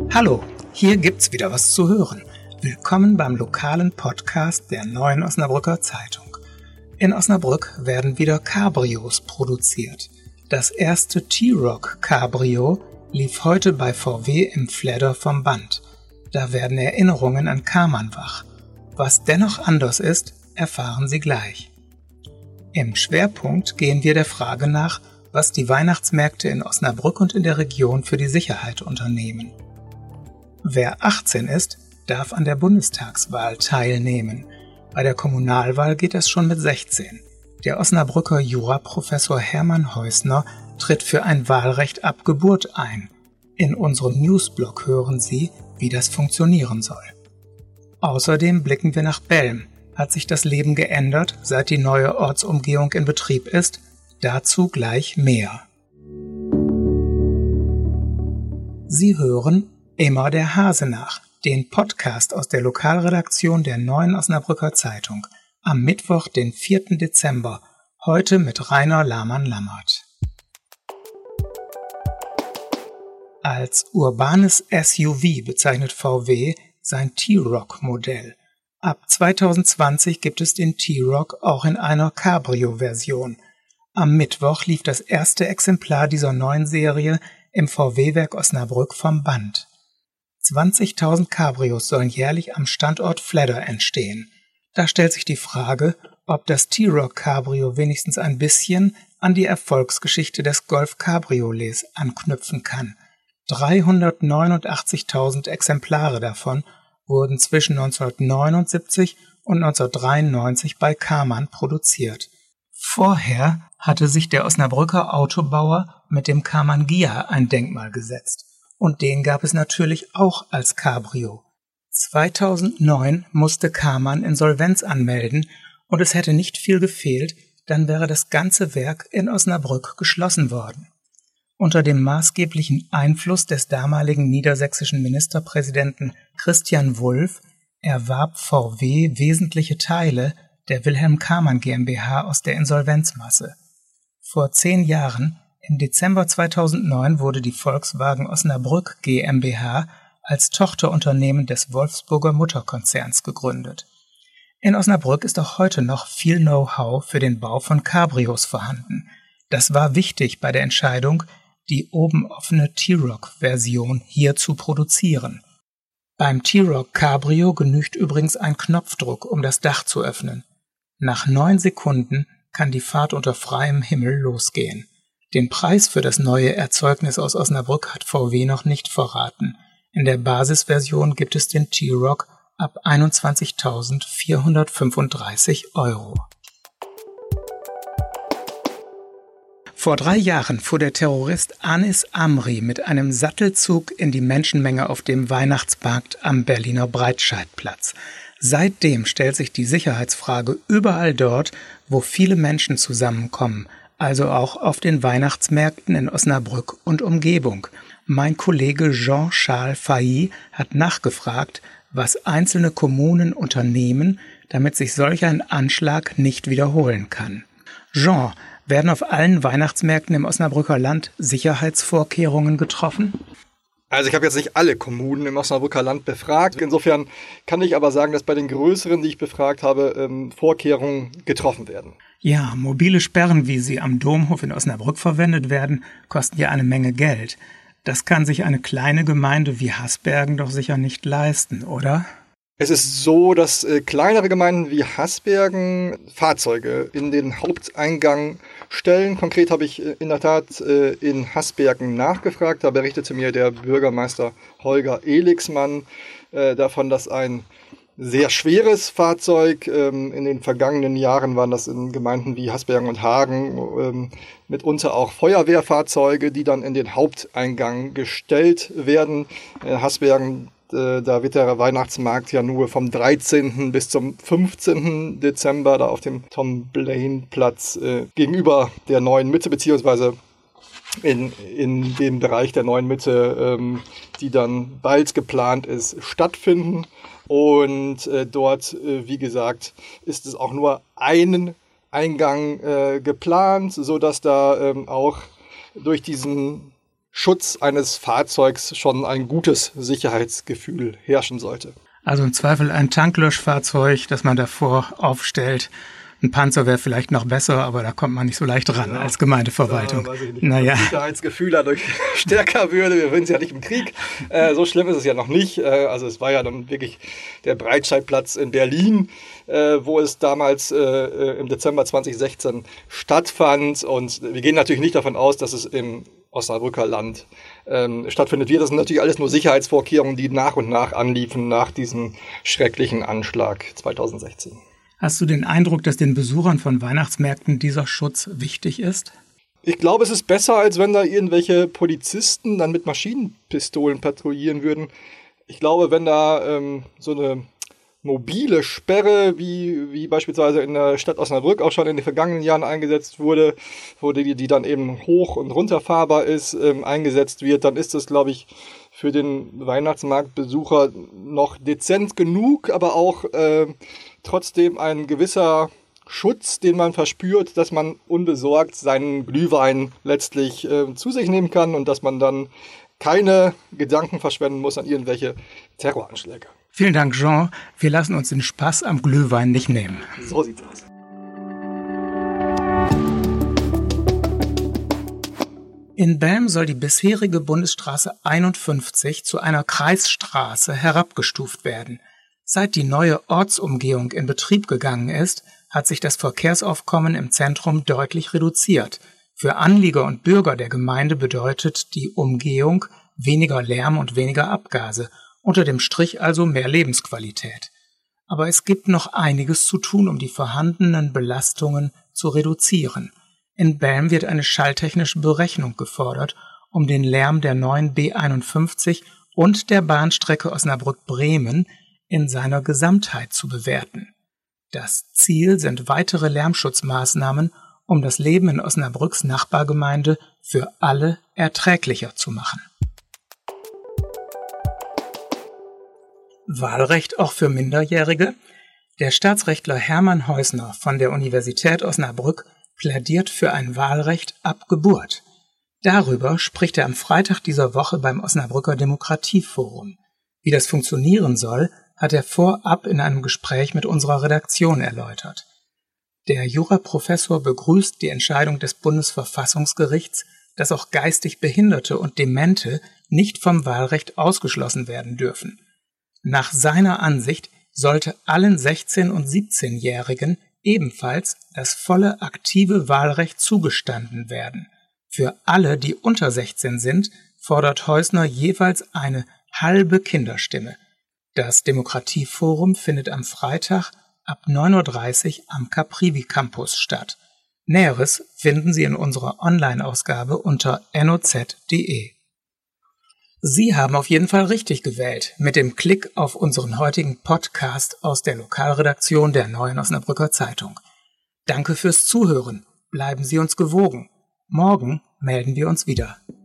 Hallo, hier gibt's wieder was zu hören. Willkommen beim lokalen Podcast der Neuen Osnabrücker Zeitung. In Osnabrück werden wieder Cabrios produziert. Das erste T-Roc Cabrio lief heute bei VW im Fledder vom Band. Da werden Erinnerungen an Kamann wach. Was dennoch anders ist, erfahren Sie gleich. Im Schwerpunkt gehen wir der Frage nach, was die Weihnachtsmärkte in Osnabrück und in der Region für die Sicherheit unternehmen. Wer 18 ist, darf an der Bundestagswahl teilnehmen. Bei der Kommunalwahl geht es schon mit 16. Der Osnabrücker Juraprofessor Hermann Heusner tritt für ein Wahlrecht ab Geburt ein. In unserem Newsblog hören Sie, wie das funktionieren soll. Außerdem blicken wir nach Belm. Hat sich das Leben geändert, seit die neue Ortsumgehung in Betrieb ist? Dazu gleich mehr. Sie hören Immer der Hase nach, den Podcast aus der Lokalredaktion der Neuen Osnabrücker Zeitung, am Mittwoch, den 4. Dezember, heute mit Rainer Lahmann-Lammert. Als urbanes SUV bezeichnet VW sein T-Roc-Modell. Ab 2020 gibt es den T-Roc auch in einer Cabrio-Version. Am Mittwoch lief das erste Exemplar dieser neuen Serie im VW-Werk Osnabrück vom Band. 20.000 Cabrios sollen jährlich am Standort Fledder entstehen. Da stellt sich die Frage, ob das T-Roc Cabrio wenigstens ein bisschen an die Erfolgsgeschichte des Golf Cabriolets anknüpfen kann. 389.000 Exemplare davon wurden zwischen 1979 und 1993 bei Kamann produziert. Vorher hatte sich der Osnabrücker Autobauer mit dem Kamann Ghia ein Denkmal gesetzt. Und den gab es natürlich auch als Cabrio. 2009 musste Kamann Insolvenz anmelden und es hätte nicht viel gefehlt, dann wäre das ganze Werk in Osnabrück geschlossen worden. Unter dem maßgeblichen Einfluss des damaligen niedersächsischen Ministerpräsidenten Christian Wulff erwarb VW wesentliche Teile der Wilhelm Kamann GmbH aus der Insolvenzmasse. Vor 10 Jahren, im Dezember 2009, wurde die Volkswagen Osnabrück GmbH als Tochterunternehmen des Wolfsburger Mutterkonzerns gegründet. In Osnabrück ist auch heute noch viel Know-how für den Bau von Cabrios vorhanden. Das war wichtig bei der Entscheidung, die oben offene T-Roc-Version hier zu produzieren. Beim T-Roc Cabrio genügt übrigens ein Knopfdruck, um das Dach zu öffnen. Nach 9 Sekunden kann die Fahrt unter freiem Himmel losgehen. Den Preis für das neue Erzeugnis aus Osnabrück hat VW noch nicht verraten. In der Basisversion gibt es den T-Roc ab 21.435 €. Vor 3 Jahren fuhr der Terrorist Anis Amri mit einem Sattelzug in die Menschenmenge auf dem Weihnachtsmarkt am Berliner Breitscheidplatz. Seitdem stellt sich die Sicherheitsfrage überall dort, wo viele Menschen zusammenkommen, also auch auf den Weihnachtsmärkten in Osnabrück und Umgebung. Mein Kollege Jean-Charles Failly hat nachgefragt, was einzelne Kommunen unternehmen, damit sich solch ein Anschlag nicht wiederholen kann. Jean, werden auf allen Weihnachtsmärkten im Osnabrücker Land Sicherheitsvorkehrungen getroffen? Also ich habe jetzt nicht alle Kommunen im Osnabrücker Land befragt. Insofern kann ich aber sagen, dass bei den größeren, die ich befragt habe, Vorkehrungen getroffen werden. Ja, mobile Sperren, wie sie am Domhof in Osnabrück verwendet werden, kosten ja eine Menge Geld. Das kann sich eine kleine Gemeinde wie Hasbergen doch sicher nicht leisten, oder? Es ist so, dass kleinere Gemeinden wie Hasbergen Fahrzeuge in den Haupteingang stellen. Konkret habe ich in der Tat in Hasbergen nachgefragt. Da berichtete mir der Bürgermeister Holger Elixmann davon, dass ein sehr schweres Fahrzeug, in den vergangenen Jahren waren das in Gemeinden wie Hasbergen und Hagen mitunter auch Feuerwehrfahrzeuge, die dann in den Haupteingang gestellt werden. Hasbergen, da wird der Weihnachtsmarkt ja nur vom 13. bis zum 15. Dezember da auf dem Tom-Blaine-Platz gegenüber der Neuen Mitte, beziehungsweise in dem Bereich der Neuen Mitte, die dann bald geplant ist, stattfinden. Und dort, wie gesagt, ist es auch nur einen Eingang geplant, sodass da auch durch diesen Schutz eines Fahrzeugs schon ein gutes Sicherheitsgefühl herrschen sollte. Also im Zweifel ein Tanklöschfahrzeug, das man davor aufstellt. Ein Panzer wäre vielleicht noch besser, aber da kommt man nicht so leicht ran als Gemeindeverwaltung. Weiß ich nicht, das Sicherheitsgefühl dadurch stärker würde. Wir sind ja nicht im Krieg. So schlimm ist es ja noch nicht. Also es war ja dann wirklich der Breitscheidplatz in Berlin, wo es damals im Dezember 2016 stattfand. Und wir gehen natürlich nicht davon aus, dass es im Osnabrücker Land stattfindet. Das sind natürlich alles nur Sicherheitsvorkehrungen, die nach und nach anliefen nach diesem schrecklichen Anschlag 2016. Hast du den Eindruck, dass den Besuchern von Weihnachtsmärkten dieser Schutz wichtig ist? Ich glaube, es ist besser, als wenn da irgendwelche Polizisten dann mit Maschinenpistolen patrouillieren würden. Ich glaube, wenn da so eine mobile Sperre, wie beispielsweise in der Stadt Osnabrück auch schon in den vergangenen Jahren eingesetzt wurde, die dann eben hoch- und runterfahrbar ist, eingesetzt wird, dann ist das, glaube ich, für den Weihnachtsmarktbesucher noch dezent genug, aber auch trotzdem ein gewisser Schutz, den man verspürt, dass man unbesorgt seinen Glühwein letztlich zu sich nehmen kann und dass man dann keine Gedanken verschwenden muss an irgendwelche Terroranschläge. Vielen Dank, Jean. Wir lassen uns den Spaß am Glühwein nicht nehmen. So sieht's aus. In Belm soll die bisherige Bundesstraße 51 zu einer Kreisstraße herabgestuft werden. Seit die neue Ortsumgehung in Betrieb gegangen ist, hat sich das Verkehrsaufkommen im Zentrum deutlich reduziert. Für Anlieger und Bürger der Gemeinde bedeutet die Umgehung weniger Lärm und weniger Abgase, unter dem Strich also mehr Lebensqualität. Aber es gibt noch einiges zu tun, um die vorhandenen Belastungen zu reduzieren. In Belm wird eine schalltechnische Berechnung gefordert, um den Lärm der neuen B51 und der Bahnstrecke Osnabrück-Bremen in seiner Gesamtheit zu bewerten. Das Ziel sind weitere Lärmschutzmaßnahmen, um das Leben in Osnabrücks Nachbargemeinde für alle erträglicher zu machen. Wahlrecht auch für Minderjährige? Der Staatsrechtler Hermann Heusner von der Universität Osnabrück plädiert für ein Wahlrecht ab Geburt. Darüber spricht er am Freitag dieser Woche beim Osnabrücker Demokratieforum. Wie das funktionieren soll, hat er vorab in einem Gespräch mit unserer Redaktion erläutert. Der Juraprofessor begrüßt die Entscheidung des Bundesverfassungsgerichts, dass auch geistig Behinderte und Demente nicht vom Wahlrecht ausgeschlossen werden dürfen. Nach seiner Ansicht sollte allen 16- und 17-Jährigen ebenfalls das volle aktive Wahlrecht zugestanden werden. Für alle, die unter 16 sind, fordert Heusner jeweils eine halbe Kinderstimme. Das Demokratieforum findet am Freitag ab 9:30 Uhr am Caprivi Campus statt. Näheres finden Sie in unserer Online-Ausgabe unter noz.de. Sie haben auf jeden Fall richtig gewählt mit dem Klick auf unseren heutigen Podcast aus der Lokalredaktion der Neuen Osnabrücker Zeitung. Danke fürs Zuhören. Bleiben Sie uns gewogen. Morgen melden wir uns wieder.